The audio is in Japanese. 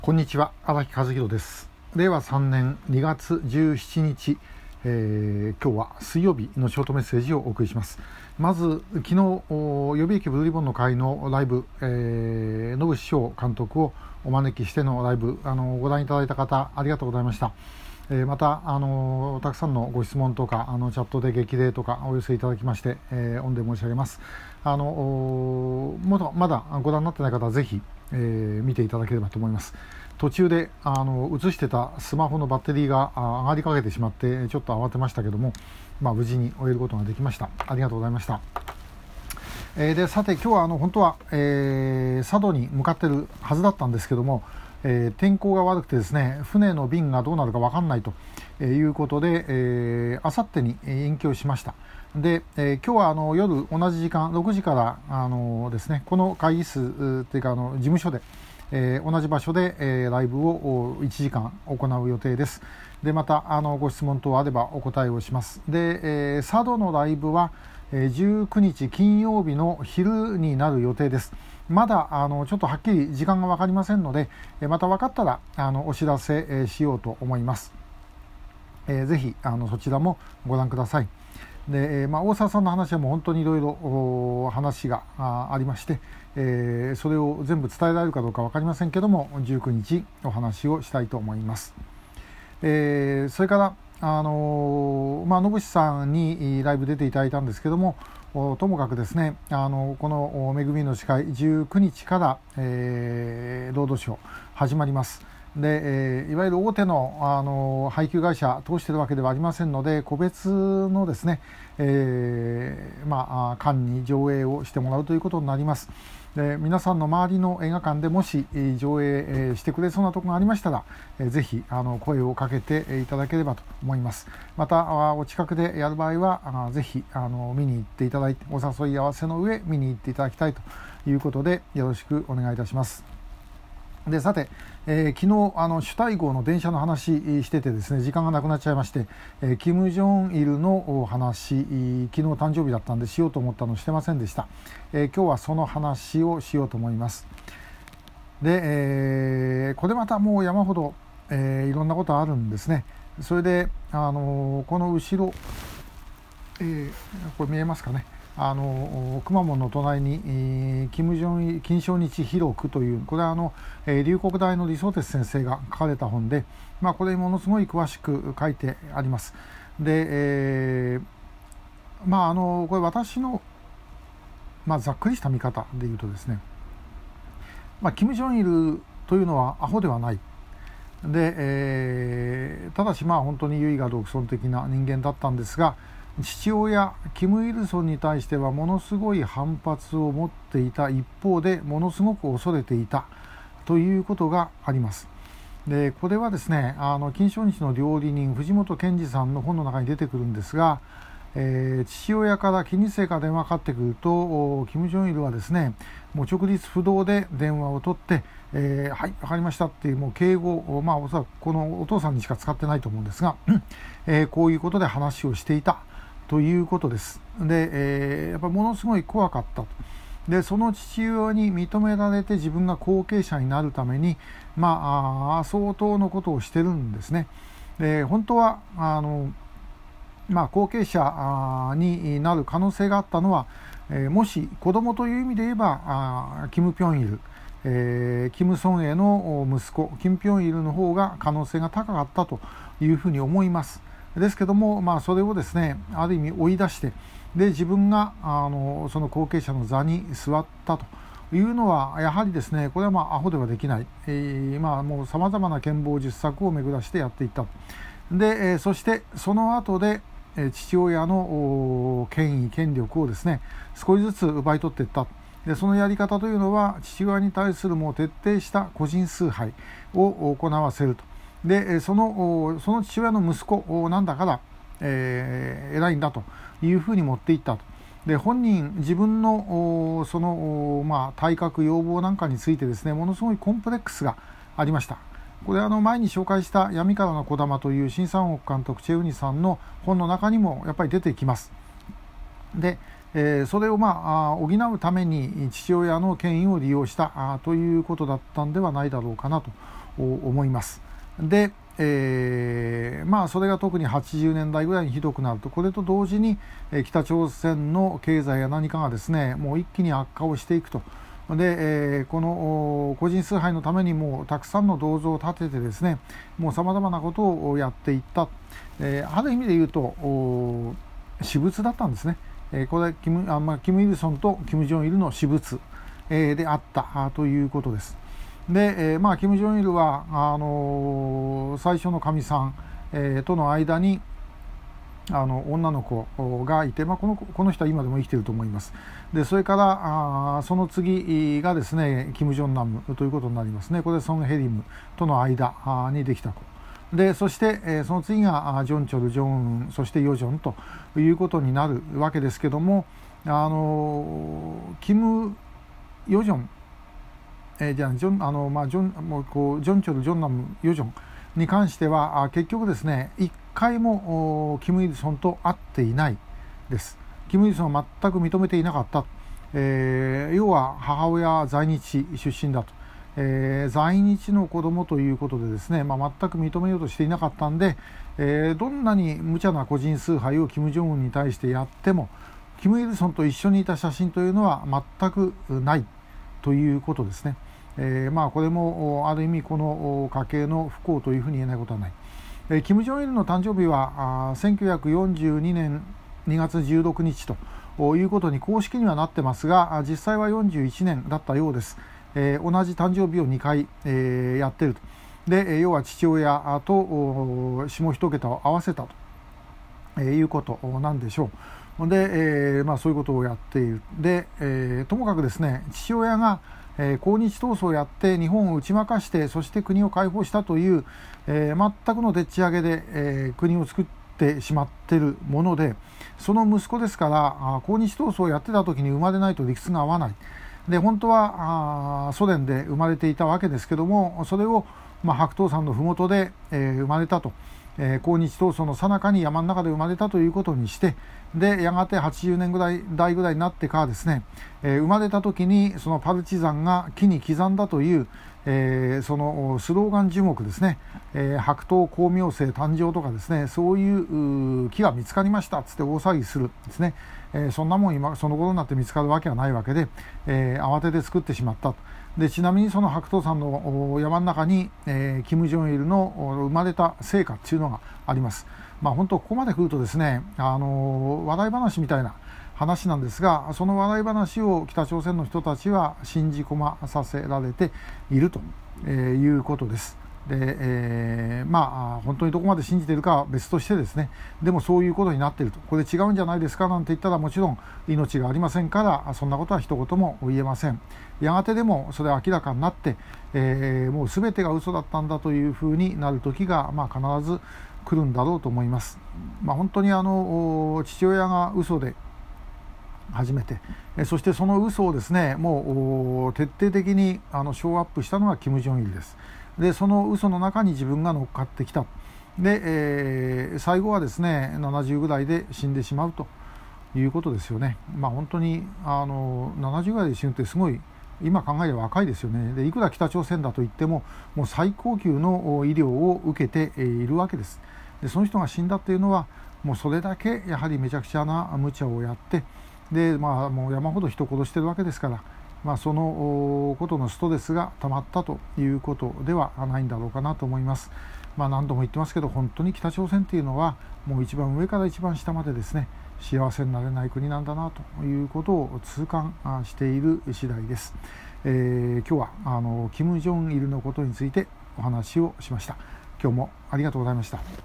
こんにちは、荒木和弘です。令和3年2月17日、今日は水曜日のショートメッセージをお送りします。まず昨日予備役ブルーリボンの会のライブ、野口翔監督をお招きしてのライブ、ご覧いただいた方ありがとうございました。またたくさんのご質問とかチャットで激励とかお寄せいただきまして、御礼申し上げます。まだご覧になってない方はぜひ、見ていただければと思います。途中で映してたスマホのバッテリーが上がりかけてしまってちょっと慌てましたけども、無事に終えることができました。ありがとうございました。でさて今日は本当は、佐渡に向かっているはずだったんですけども、天候が悪くてですね、船の便がどうなるか分かんないということで、あさってに延期をしました。で、今日は夜同じ時間6時からですね、この会議室というか事務所で、同じ場所で、ライブを1時間行う予定です。でまたご質問等あればお答えをします。で、佐渡のライブは19日金曜日の昼になる予定です。まだちょっとはっきり時間が分かりませんので、また分かったらお知らせしようと思います。ぜひそちらもご覧ください。で大沢さんの話はもう本当にいろいろ話がありまして、それを全部伝えられるかどうか分かりませんけども、19日お話をしたいと思います。それから野口さんにライブ出ていただいたんですけども、ともかくですね、このめぐみの司会19日から、ロードショー始まります。でいわゆる大手の、配給会社通しているわけではありませんので、個別のですね、館に上映をしてもらうということになります。で皆さんの周りの映画館でもし上映してくれそうなところがありましたら、ぜひ声をかけていただければと思います。またお近くでやる場合はぜひ見に行っていただいて、お誘い合わせの上見に行っていただきたいということでよろしくお願いいたします。でさて、昨日主体号の電車の話しててですね、時間がなくなっちゃいまして、キム・ジョンイルの話、昨日誕生日だったんでしようと思ったのをしてませんでした。今日はその話をしようと思います。で、これまたもう山ほど、いろんなことあるんですね。それでこの後ろ、これ見えますかね、くまモンの隣に、金正日広くという、これは龍谷大の李相哲先生が書かれた本で、これものすごい詳しく書いてあります。で、これ私の、ざっくりした見方で言うとですね、金正日というのはアホではない。で、ただし本当に唯我独尊的な人間だったんですが、父親キム・イルソンに対してはものすごい反発を持っていた一方で、ものすごく恐れていたということがあります。でこれはですね、金正日の料理人藤本健二さんの本の中に出てくるんですが、父親から金日成から電話がかかってくると、金正日はですね、もう直立不動で電話を取って、はい分かりましたっていう、もう敬語を、おそらくこのお父さんにしか使ってないと思うんですが、こういうことで話をしていたということです。で、やっぱりものすごい怖かったと。でその父親に認められて自分が後継者になるために、相当のことをしてるんですね。で本当は後継者になる可能性があったのは、もし子供という意味で言えばキム・ピョンイル、キム・ソンエの息子キム・ピョンイルの方が可能性が高かったというふうに思います。ですけども、それをですね、ある意味追い出して、で自分がその後継者の座に座ったというのは、やはりですね、これはアホではできない、もうさまざまな権謀術策を巡らしてやっていった。で、そしてその後で父親の権威権力をですね、少しずつ奪い取っていった。でそのやり方というのは、父親に対するもう徹底した個人崇拝を行わせると。でその父親の息子なんだから、偉いんだというふうに持っていったと。で本人自分のその、体格要望なんかについてですね、ものすごいコンプレックスがありました。これ前に紹介した闇からの小玉という新三億監督チェウニさんの本の中にもやっぱり出てきます。でそれを補うために父親の権威を利用したということだったんではないだろうかなと思います。で、それが特に80年代ぐらいにひどくなると、これと同時に、北朝鮮の経済や何かがですねもう一気に悪化をしていくと。で、この個人崇拝のためにもうたくさんの銅像を建ててですねもうさまざまなことをやっていった、ある意味で言うと私物だったんですね。これはキム・イルソンとキム・ジョンイルの私物、であったということです。で、キム・ジョンイルは最初のかみさん、との間に女の子がいて、この人は今でも生きていると思います。でそれからその次がですねキム・ジョンナムということになりますね。これソン・ヘリムとの間にできた子で、そして、その次がジョン・チョル、ジョン・ウン、そしてヨジョンということになるわけですけども、キム・ヨジョン、ジョン・チョル、ジョンナム、ヨジョンに関しては結局ですね一回もキム・イルソンと会っていないです。キム・イルソンは全く認めていなかった、要は母親在日出身だと、在日の子供ということでですね、全く認めようとしていなかったんで、どんなに無茶な個人崇拝をキム・ジョンウンに対してやってもキム・イルソンと一緒にいた写真というのは全くないということですね。これもある意味この家系の不幸というふうに言えないことはない。キム・ジョンイルの誕生日は1942年2月16日ということに公式にはなってますが、実際は41年だったようです。同じ誕生日を2回、やっていると。で要は父親と下一桁を合わせたということなんでしょう。で、そういうことをやっている。で、ともかくですね父親が抗日闘争をやって日本を打ち負かしてそして国を解放したという、全くのでっち上げで、国を作ってしまっているもので、その息子ですから抗日闘争をやってた時に生まれないと理屈が合わない。で本当はソ連で生まれていたわけですけども、それを、白頭山の麓で、生まれたと、抗日闘争の最中に山の中で生まれたということにして、でやがて80年代ぐらいになってからですね、生まれた時にそのパルチザンが木に刻んだという、そのスローガン樹木ですね、白頭光明星誕生とかですね、そういう木が見つかりましたっつって大騒ぎするですね。そんなもん今その頃になって見つかるわけはないわけで、慌てて作ってしまったと。でちなみにその白頭山の山の中に、キム・ジョンイルの生まれた生家っていうのがあります。本当ここまで来るとですね、笑い話みたいな話なんですが、その笑い話を北朝鮮の人たちは信じ込まさせられているということです。で、本当にどこまで信じているかは別としてですね、でもそういうことになっていると、これ違うんじゃないですかなんて言ったらもちろん命がありませんからそんなことは一言も言えません。やがてでもそれは明らかになって、もう全てが嘘だったんだというふうになる時が、必ず来るんだろうと思います。本当に父親が嘘で初めて、そしてその嘘をですねもう徹底的にショーアップしたのがキム・ジョンイルです。でその嘘の中に自分が乗っかってきた。で、最後はですね70ぐらいで死んでしまうということですよね。本当に70ぐらいで死ぬってすごい今考えれば若いですよね。でいくら北朝鮮だといってももう最高級の医療を受けているわけです。でその人が死んだっていうのはもうそれだけやはりめちゃくちゃな無茶をやって、でもう山ほど人殺してるわけですから、そのことのストレスがたまったということではないんだろうかなと思います。何度も言ってますけど本当に北朝鮮っていうのはもう一番上から一番下までですね幸せになれない国なんだなということを痛感している次第です。今日はキム・ジョンイルのことについてお話をしました。今日もありがとうございました。